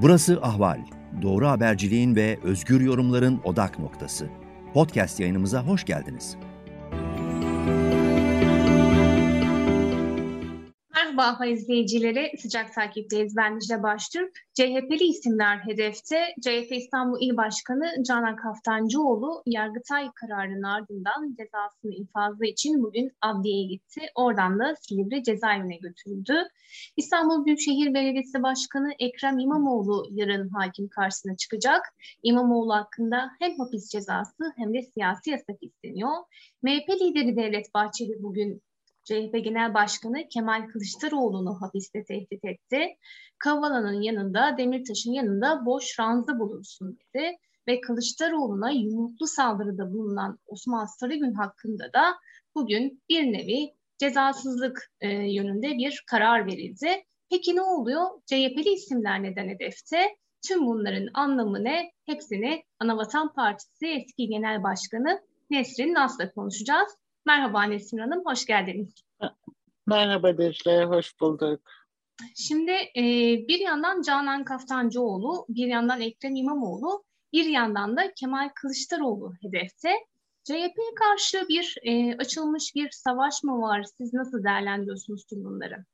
Burası Ahval. Doğru haberciliğin ve özgür yorumların odak noktası. Podcast yayınımıza hoş geldiniz. Merhaba Ahval izleyicileri, sıcak takipteyiz. Ben Dicle Baştürk. CHP'li isimler hedefte. CHP İstanbul İl Başkanı Canan Kaftancıoğlu, Yargıtay kararının ardından cezasını infazı için bugün adliyeye gitti. Oradan da Silivri cezaevine götürüldü. İstanbul Büyükşehir Belediyesi Başkanı Ekrem İmamoğlu yarın hakim karşısına çıkacak. İmamoğlu hakkında hem hapis cezası hem de siyasi yasak isteniyor. MHP lideri Devlet Bahçeli bugün CHP Genel Başkanı Kemal Kılıçdaroğlu'nu hapiste tehdit etti. Kavala'nın yanında, Demirtaş'ın yanında boş ranza bulunsun dedi. Ve Kılıçdaroğlu'na yumruklu saldırıda bulunan Osman Sarıgün hakkında da bugün bir nevi cezasızlık yönünde bir karar verildi. Peki ne oluyor? CHP'li isimler neden hedefte? Tüm bunların anlamı ne? Hepsini Anavatan Partisi eski Genel Başkanı Nesrin Nas'la konuşacağız. Merhaba Nesrin Hanım, hoş geldiniz. Merhaba Dicle, hoş bulduk. Şimdi bir yandan Canan Kaftancıoğlu, bir yandan Ekrem İmamoğlu, bir yandan da Kemal Kılıçdaroğlu hedefte. CHP'ye karşı bir açılmış bir savaş mı var? Siz nasıl değerlendiriyorsunuz tüm bunları?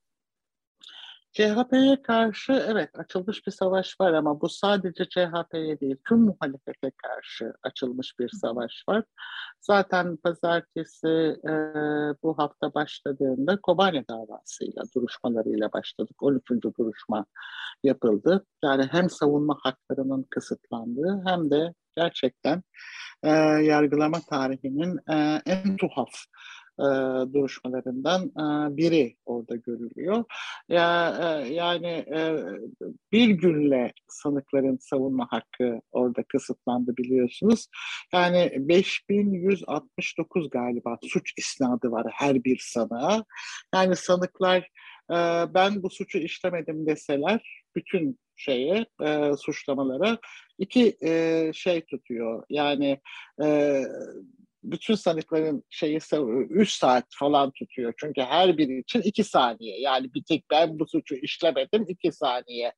CHP'ye karşı evet açılmış bir savaş var ama bu sadece CHP'ye değil, tüm muhalefete karşı açılmış bir savaş var. Zaten pazartesi bu hafta başladığında Kobane davasıyla, duruşmalarıyla başladık. 13. duruşma yapıldı. Yani hem savunma haklarının kısıtlandığı hem de gerçekten yargılama tarihinin en tuhaf duruşmalarından biri orada görülüyor. Yani bir günle sanıkların savunma hakkı orada kısıtlandı biliyorsunuz. Yani 5169 galiba suç isnadı var her bir sanığa. Yani sanıklar ben bu suçu işlemedim deseler bütün suçlamalara iki şey tutuyor. Yani bütün sanıkların 3 saat falan tutuyor. Çünkü her biri için 2 saniye. Yani bir tek ben bu suçu işlemedim 2 saniye.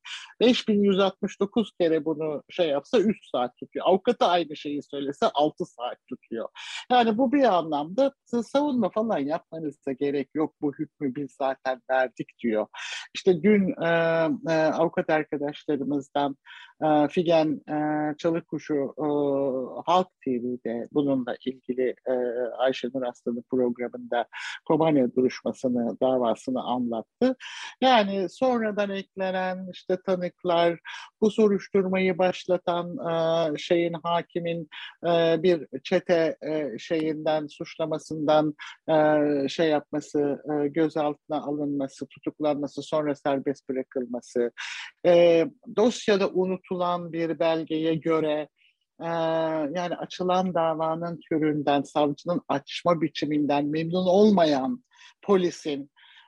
5169 kere bunu yapsa 3 saat tutuyor. Avukatı aynı şeyi söylese 6 saat tutuyor. Yani bu bir anlamda savunma falan yapmanıza gerek yok. Bu hükmü biz zaten verdik diyor. İşte dün avukat arkadaşlarımızdan Figen Çalıkuşu Halk TV'de bununla ilgili Ayşenur Aslan'ın programında Kobane duruşmasını, davasını anlattı. Yani sonradan eklenen işte tanıklar, bu soruşturmayı başlatan hakimin bir çete suçlamasından yapması, gözaltına alınması, tutuklanması, sonra serbest bırakılması, dosyada unutulan bir belgeye göre yani açılan davanın türünden, savcının açma biçiminden memnun olmayan polisin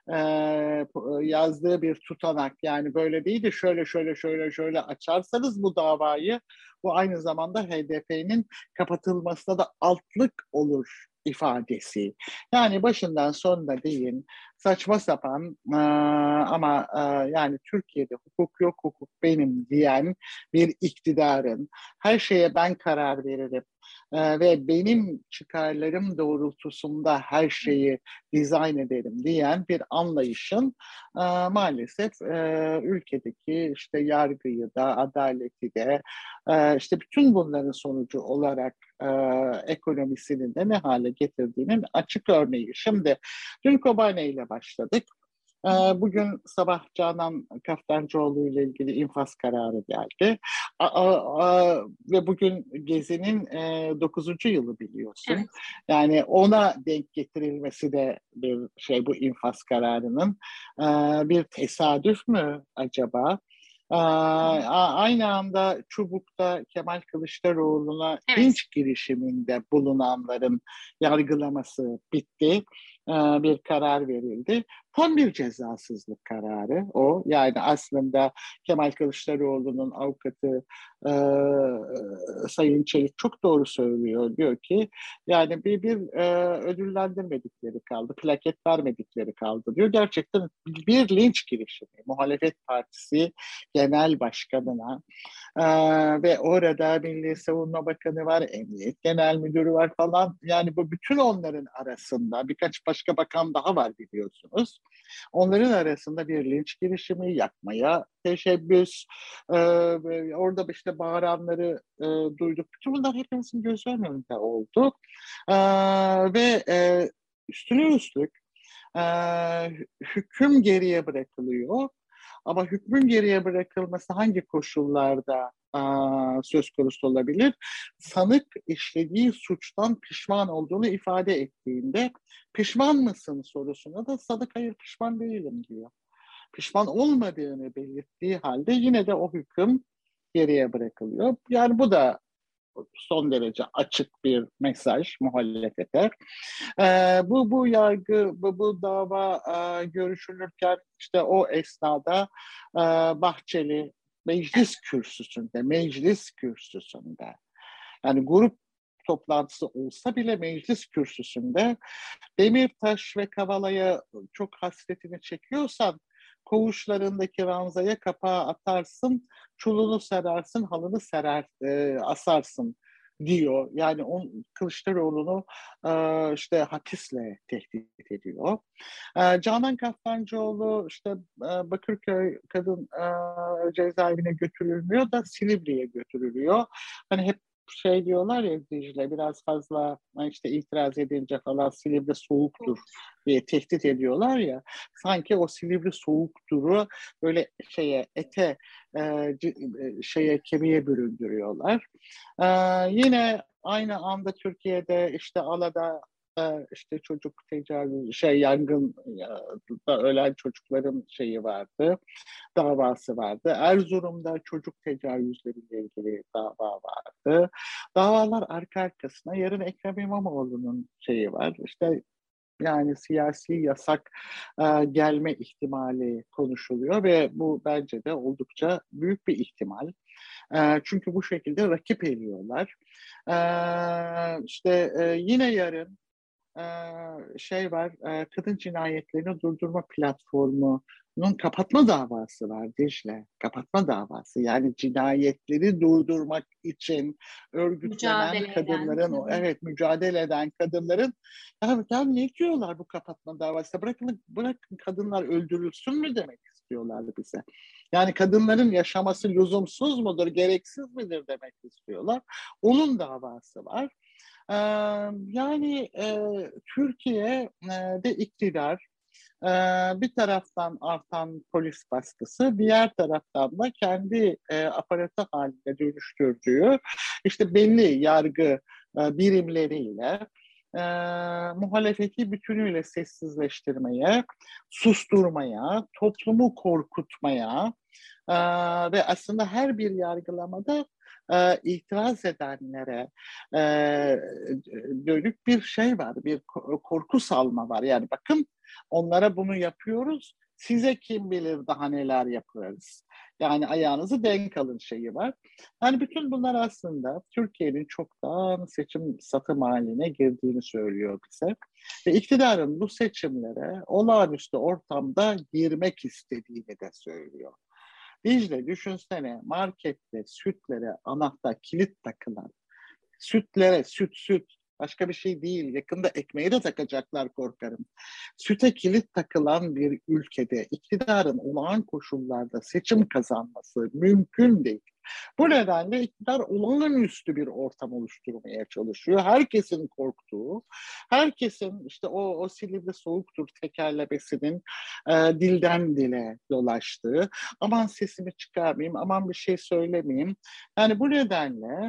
yazdığı bir tutanak, yani böyle değil de şöyle açarsanız bu davayı, bu aynı zamanda HDP'nin kapatılmasına da altlık olur ifadesi. Yani başından sonuna değin saçma sapan ama yani Türkiye'de hukuk yok, hukuk benim diyen bir iktidarın her şeye ben karar veririm ve benim çıkarlarım doğrultusunda her şeyi dizayn ederim diyen bir anlayışın maalesef ülkedeki işte yargıyı da, adaleti de, işte bütün bunların sonucu olarak ekonomisini de ne hale getirdiğinin açık örneği. Şimdi dün Kobane ile başladık. Bugün sabah Canan Kaftancıoğlu ile ilgili infaz kararı geldi. Ve bugün Gezi'nin 9. yılı biliyorsun. Evet. Yani ona denk getirilmesi de bir bu infaz kararının bir tesadüf mü acaba? Aynı anda Çubuk'ta Kemal Kılıçdaroğlu'na Evet. linç girişiminde bulunanların yargılaması bitti. bir karar verildi. Tam bir cezasızlık kararı o. Yani aslında Kemal Kılıçdaroğlu'nun avukatı e, Sayın Çelik çok doğru söylüyor. Diyor ki yani ödüllendirmedikleri kaldı, plaket vermedikleri kaldı diyor. Gerçekten bir linç girişimi. Muhalefet Partisi Genel Başkanı'na ve orada Milli Savunma Bakanı var, Emniyet Genel Müdürü var falan. Yani bu bütün onların arasında birkaç başka bakan daha var biliyorsunuz. Onların arasında bir linç girişimi yakmaya teşebbüs, orada işte bağıranları duyduk. Bütün bunlar hepimizin göz önünde oldu. E, ve üstüne üstlük e, hüküm geriye bırakılıyor. Ama hükmün geriye bırakılması hangi koşullarda söz konusu olabilir? Sanık işlediği suçtan pişman olduğunu ifade ettiğinde pişman mısın sorusuna da sanık hayır pişman değilim diyor. Pişman olmadığını belirttiği halde yine de o hüküm geriye bırakılıyor. Yani bu da son derece açık bir mesaj muhalefete. Bu yargı, bu dava görüşülürken işte o esnada Bahçeli meclis kürsüsünde yani grup toplantısı olsa bile meclis kürsüsünde Demirtaş ve Kavala'ya çok hasretini çekiyorsan koğuşlarındaki ranzaya kapağı atarsın, çulunu sararsın, halını asarsın diyor. Yani Kılıçdaroğlu'nu işte hapisle tehdit ediyor. Canan Kaftancıoğlu işte Bakırköy kadın cezaevine götürülmüyor da Silivri'ye götürülüyor. Hani hep diyorlar ya Dicle biraz fazla işte itiraz edince falan Silivri soğuktur diye tehdit ediyorlar ya. Sanki o Silivri soğukturu böyle ete kemiğe büründürüyorlar. Yine aynı anda Türkiye'de işte Ala'da işte çocuk yangın da ölen çocukların vardı, davası vardı. Erzurum'da çocuk tecavüzleriyle ilgili dava vardı. Davalar arka arkasına. Yarın Ekrem İmamoğlu'nun var. İşte yani siyasi yasak gelme ihtimali konuşuluyor ve bu bence de oldukça büyük bir ihtimal. Çünkü bu şekilde rakip ediyorlar. Yine yarın var, kadın cinayetlerini durdurma platformunun kapatma davası var Dicle. Kapatma davası. Yani cinayetleri durdurmak için örgütlenen Mücadele kadınların, eden. mücadele eden kadınların ya ne diyorlar bu kapatma davası? Bırakın kadınlar öldürülsün mü demek istiyorlar bize. Yani kadınların yaşaması lüzumsuz mudur, gereksiz midir demek istiyorlar. Onun davası var. Türkiye'de iktidar bir taraftan artan polis baskısı, diğer taraftan da kendi aparatı haline dönüştürdüğü işte belli yargı birimleriyle muhalefeti bütünüyle sessizleştirmeye, susturmaya, toplumu korkutmaya ve aslında her bir yargılamada itiraz edenlere e, dönük bir var, bir korku salma var. Yani bakın onlara bunu yapıyoruz, size kim bilir daha neler yaparız. Yani ayağınızı denk alın var. Yani bütün bunlar aslında Türkiye'nin çoktan seçim satım haline girdiğini söylüyor bize. Ve iktidarın bu seçimlere olağanüstü ortamda girmek istediğini de söylüyor. Dicle düşünsene markette sütlere anahtar kilit takılan, sütlere süt başka bir şey değil. Yakında ekmeği de takacaklar korkarım. Süte kilit takılan bir ülkede iktidarın olağan koşullarda seçim kazanması mümkün değil. Bu nedenle iktidar olağanüstü bir ortam oluşturmaya çalışıyor. Herkesin korktuğu, herkesin işte o Silivri soğuktur tekerlemesinin dilden dile dolaştığı, aman sesimi çıkarmayayım, aman bir şey söylemeyeyim. Yani bu nedenle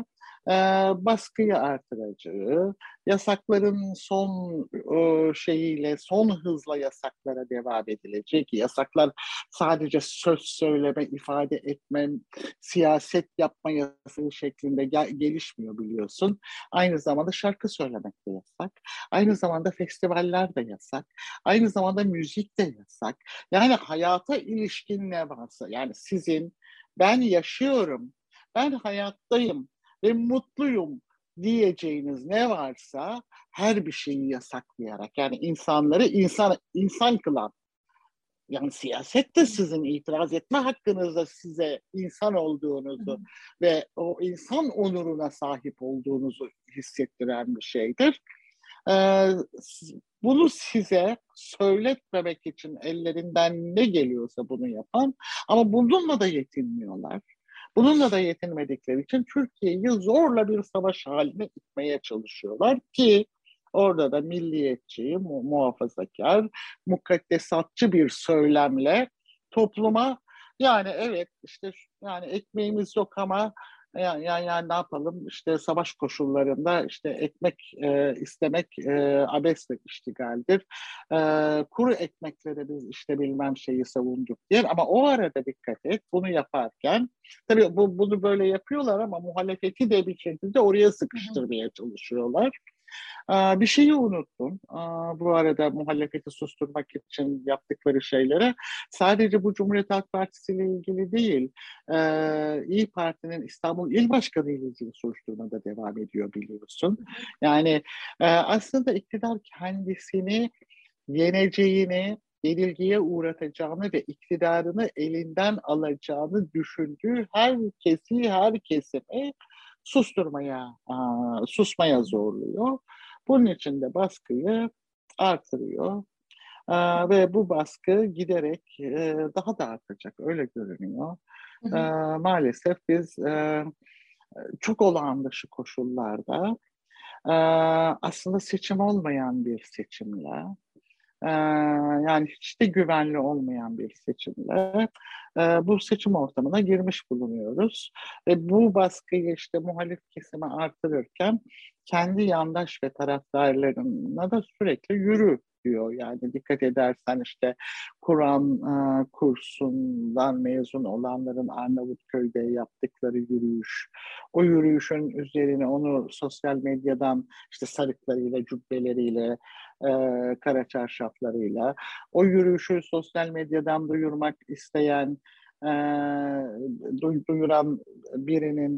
baskıyı artıracağı, yasakların son son hızla yasaklara devam edilecek. Yasaklar sadece söz söyleme, ifade etme, siyaset yapma yasağı şeklinde gelişmiyor biliyorsun. Aynı zamanda şarkı söylemek de yasak. Aynı zamanda festivaller de yasak. Aynı zamanda müzik de yasak. Yani hayata ilişkin ne varsa, yani ben yaşıyorum, ben hayattayım ve mutluyum diyeceğiniz ne varsa her bir şeyi yasaklayarak, yani insanları insan kılan, yani siyaset de sizin itiraz etme hakkınızda size insan olduğunuzu ve o insan onuruna sahip olduğunuzu hissettiren bir şeydir. Ee, Bunu size söyletmemek için ellerinden ne geliyorsa bunu yapan, ama bununla da yetinmiyorlar. Bununla da yetinmedikleri için Türkiye'yi zorla bir savaş haline itmeye çalışıyorlar ki orada da milliyetçi, muhafazakar, mukaddesatçı bir söylemle topluma, yani evet işte yani ekmeğimiz yok ama yani ne yapalım, işte savaş koşullarında işte ekmek istemek abesle iştigaldir. Kuru ekmeklere biz işte bilmem şeyi savunduk diye, ama o arada dikkat et, bunu yaparken tabii bunu böyle yapıyorlar ama muhalefeti de bir şekilde oraya sıkıştırmaya çalışıyorlar. Bir şeyi unuttum. Bu arada muhalefeti susturmak için yaptıkları şeylere sadece bu Cumhuriyet Halk Partisi ile ilgili değil, İYİ Parti'nin İstanbul İl Başkanı ile ilgili soruşturma da devam ediyor biliyorsun. Yani aslında iktidar kendisini yeneceğini, yenilgiye uğratacağını ve iktidarını elinden alacağını düşündüğü her kesimi susmaya zorluyor. Bunun için de baskıyı artırıyor. Ve bu baskı giderek daha da artacak, öyle görünüyor. Maalesef biz çok olağan dışı koşullarda, aslında seçim olmayan bir seçimle, yani hiç de güvenli olmayan bir seçimle bu seçim ortamına girmiş bulunuyoruz. Ve bu baskıyı işte muhalif kesime artırırken kendi yandaş ve taraftarlarına da sürekli yürü diyor. Yani dikkat edersen işte Kur'an kursundan mezun olanların Arnavutköy'de yaptıkları yürüyüş, o yürüyüşün üzerine onu sosyal medyadan işte sarıklarıyla, cübbeleriyle, kara çarşaflarıyla, o yürüyüşü sosyal medyadan duyurmak isteyen, e, duyuran birinin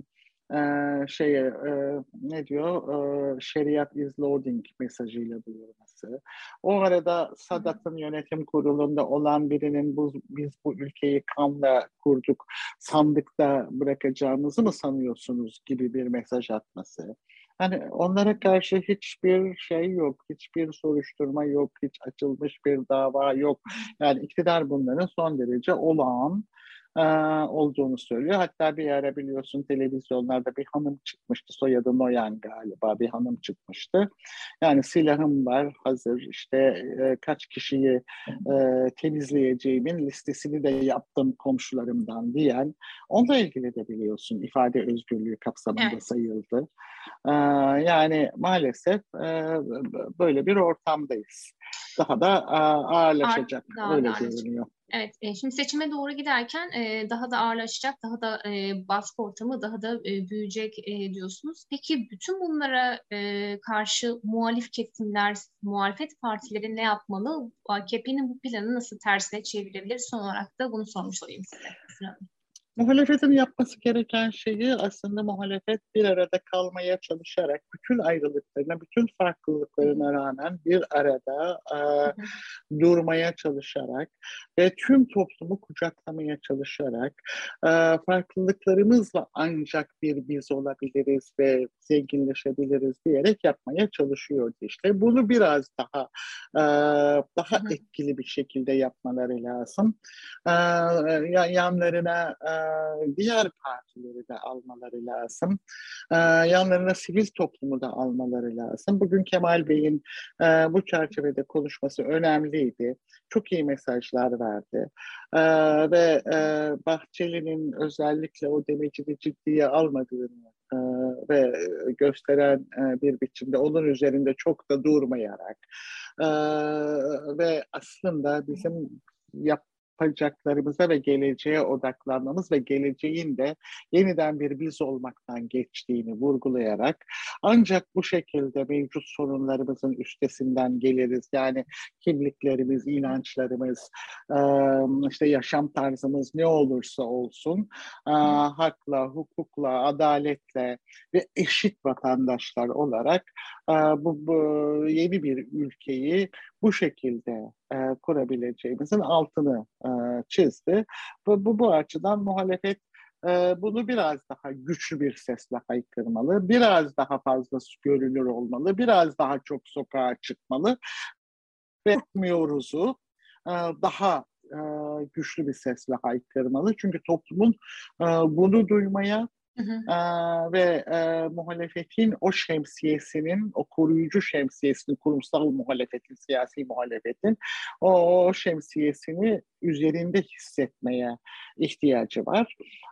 ne diyor, şeriat is loading mesajıyla duyurması. O arada Sadat'ın yönetim kurulunda olan birinin biz bu ülkeyi kanla kurduk, sandıkta bırakacağımızı mı sanıyorsunuz gibi bir mesaj atması. Hani onlara karşı hiçbir şey yok, hiçbir soruşturma yok, hiç açılmış bir dava yok. Yani iktidar bunların son derece olağan olduğunu söylüyor. Hatta bir ara biliyorsun televizyonlarda bir hanım çıkmıştı, soyadı Noyan galiba, bir hanım çıkmıştı. Yani silahım var hazır, işte kaç kişiyi temizleyeceğimin listesini de yaptım komşularımdan diyen, onunla ilgili de biliyorsun ifade özgürlüğü kapsamında sayıldı. Yani maalesef böyle bir ortamdayız. Daha da ağırlaşacak, öyle görünüyor. Evet, şimdi seçime doğru giderken daha da ağırlaşacak, daha da baskı ortamı daha da büyüyecek diyorsunuz. Peki bütün bunlara karşı muhalif kesimler, muhalefet partileri ne yapmalı? AKP'nin bu planı nasıl tersine çevirebilir? Son olarak da bunu sormuş olayım size. Muhalefetin yapması gereken şeyi, aslında muhalefet bir arada kalmaya çalışarak, bütün ayrılıklarına, bütün farklılıklarına rağmen bir arada durmaya çalışarak ve tüm toplumu kucaklamaya çalışarak, farklılıklarımızla ancak bir biz olabiliriz ve zenginleşebiliriz diyerek yapmaya çalışıyordu işte. Bunu biraz daha etkili bir şekilde yapmaları lazım. Yanlarına diğer partileri de almaları lazım. Yanlarına sivil toplumu da almaları lazım. Bugün Kemal Bey'in bu çerçevede konuşması önemliydi. Çok iyi mesajlar verdi. Ve Bahçeli'nin özellikle o demecini ciddiye almadığını ve gösteren bir biçimde, onun üzerinde çok da durmayarak ve aslında bizim yapacaklarımıza ve geleceğe odaklanmamız ve geleceğin de yeniden bir biz olmaktan geçtiğini vurgulayarak, ancak bu şekilde mevcut sorunlarımızın üstesinden geliriz. Yani kimliklerimiz, inançlarımız, işte yaşam tarzımız ne olursa olsun hakla, hukukla, adaletle ve eşit vatandaşlar olarak bu yeni bir ülkeyi bu şekilde kurabileceğimizin altını çizdi. Bu açıdan muhalefet bunu biraz daha güçlü bir sesle haykırmalı, biraz daha fazla görünür olmalı, biraz daha çok sokağa çıkmalı ve korkmuyoruzu daha güçlü bir sesle haykırmalı. Çünkü toplumun bunu duymaya ve muhalefetin o şemsiyesinin, o koruyucu şemsiyesini, kurumsal muhalefetin, siyasi muhalefetin o şemsiyesini üzerinde hissetmeye ihtiyacı var.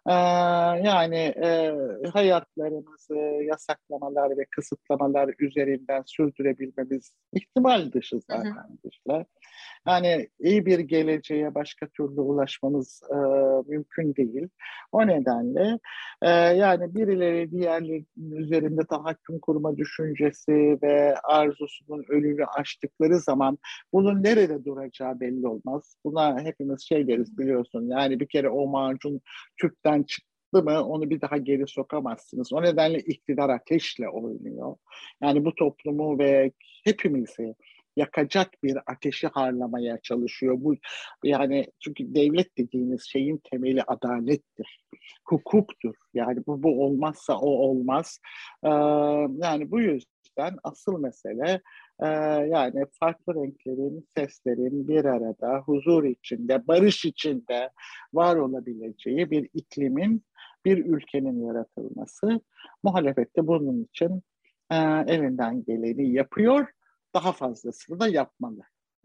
Yani hayatlarımızı yasaklamalar ve kısıtlamalar üzerinden sürdürebilmemiz ihtimal dışı zaten dışlar. Yani iyi bir geleceğe başka türlü ulaşmamız mümkün değil. O nedenle yani birileri diğerlerinin üzerinde tahakküm kurma düşüncesi ve arzusunun önünü açtıkları zaman bunun nerede duracağı belli olmaz. Buna hepimiz şey deriz, biliyorsun. Yani bir kere o macun tüpten çıktı mı onu bir daha geri sokamazsınız. O nedenle iktidar ateşle oynuyor. Yani bu toplumu ve hepimizi yakacak bir ateşi harlamaya çalışıyor. Bu yani çünkü devlet dediğiniz şeyin temeli adalettir, hukuktur. Yani bu olmazsa o olmaz. Yani bu yüzden asıl mesele yani farklı renklerin, seslerin bir arada, huzur içinde, barış içinde var olabileceği bir iklimin, bir ülkenin yaratılması. Muhalefet de bunun için elinden geleni yapıyor. Daha fazlasını da yapmalı.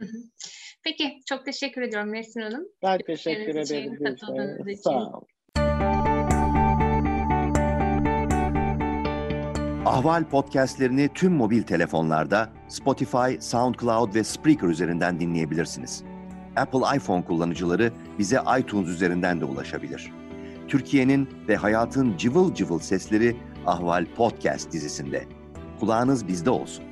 Peki, çok teşekkür ediyorum Nesrin Hanım. Ben teşekkür ederim. Katıldığınız için. Sağ olun. Ahval podcastlerini tüm mobil telefonlarda Spotify, SoundCloud ve Spreaker üzerinden dinleyebilirsiniz. Apple iPhone kullanıcıları bize iTunes üzerinden de ulaşabilir. Türkiye'nin ve hayatın cıvıl cıvıl sesleri Ahval Podcast dizisinde. Kulağınız bizde olsun.